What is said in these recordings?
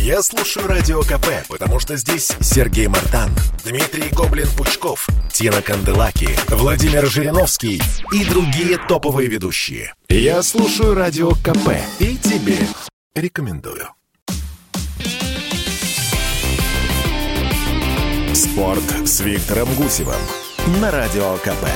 Я слушаю Радио КП, потому что здесь Сергей Мартан, Дмитрий Гоблин-Пучков, Тина Канделаки, Владимир Жириновский и другие топовые ведущие. Я слушаю Радио КП и тебе рекомендую. Спорт с Виктором Гусевым на Радио КП.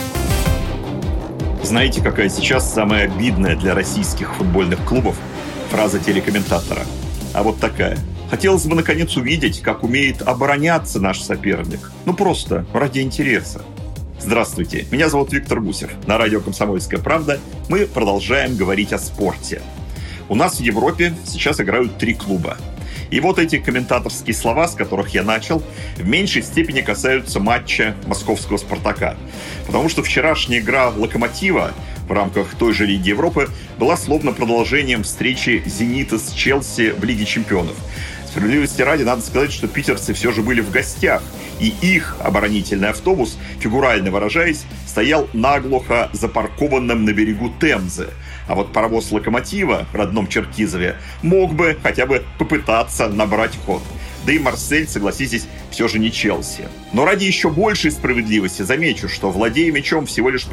Знаете, какая сейчас самая обидная для российских футбольных клубов фраза телекомментатора? А вот такая. Хотелось бы, наконец, увидеть, как умеет обороняться наш соперник. Ну, просто ради интереса. Здравствуйте, меня зовут Виктор Гусев. На радио «Комсомольская правда» мы продолжаем говорить о спорте. У нас в Европе сейчас играют 3 клуба. И вот эти комментаторские слова, с которых я начал, в меньшей степени касаются матча московского «Спартака». Потому что вчерашняя игра «Локомотива» в рамках той же Лиги Европы была словно продолжением встречи «Зенита» с «Челси» в Лиге чемпионов. Справедливости ради, надо сказать, что питерцы все же были в гостях, и их оборонительный автобус, фигурально выражаясь, стоял наглухо запаркованным на берегу Темзы. А вот паровоз «Локомотива» в родном Черкизове мог бы хотя бы попытаться набрать ход. Да и Марсель, согласитесь, все же не Челси. Но ради еще большей справедливости замечу, что, владея мячом всего лишь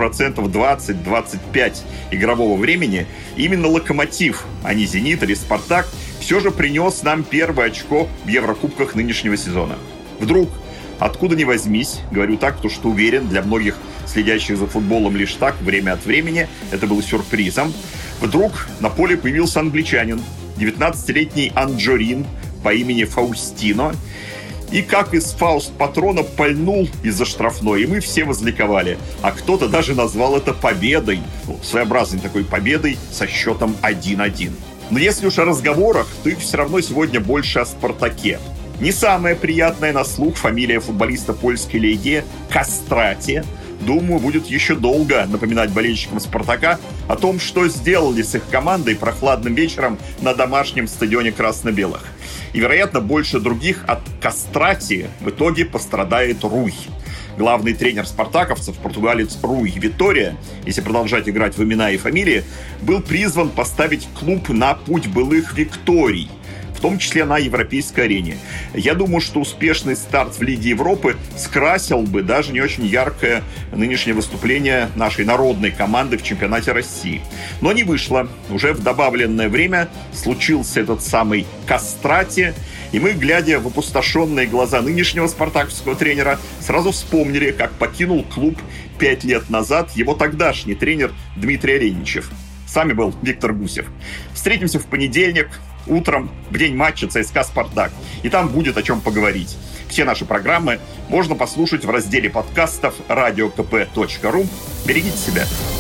20-25% игрового времени, именно «Локомотив», а не «Зенит» или «Спартак», все же принес нам первое очко в Еврокубках нынешнего сезона. Вдруг, откуда ни возьмись, говорю так, потому что уверен, для многих следящих за футболом лишь так, время от времени, это было сюрпризом, вдруг на поле появился англичанин, 19-летний Анджорин по имени Фаустино, и как из фауст-патрона пальнул из-за штрафной, и мы все возликовали. А кто-то даже назвал это победой, своеобразной такой победой со счетом 1-1. Но если уж о разговорах, то их все равно сегодня больше о «Спартаке». Не самая приятная на слух фамилия футболиста польской лиги Кастрати, думаю, будет еще долго напоминать болельщикам «Спартака» о том, что сделали с их командой прохладным вечером на домашнем стадионе красно-белых. И, вероятно, больше других от Кастрати в итоге пострадает Руй. Главный тренер спартаковцев, португалец Руй Витория, если продолжать играть в имена и фамилии, был призван поставить клуб на путь былых викторий, в том числе на европейской арене. Я думаю, что успешный старт в Лиге Европы скрасил бы даже не очень яркое нынешнее выступление нашей народной команды в чемпионате России. Но не вышло. Уже в добавленное время случился этот самый Кастрати, и мы, глядя в опустошенные глаза нынешнего спартаковского тренера, сразу вспомнили, как покинул клуб 5 лет назад его тогдашний тренер Дмитрий Оленичев. С вами был Виктор Гусев. Встретимся в понедельник утром, в день матча ЦСКА-Спартак. И там будет о чем поговорить. Все наши программы можно послушать в разделе подкастов radiokp.ru. Берегите себя.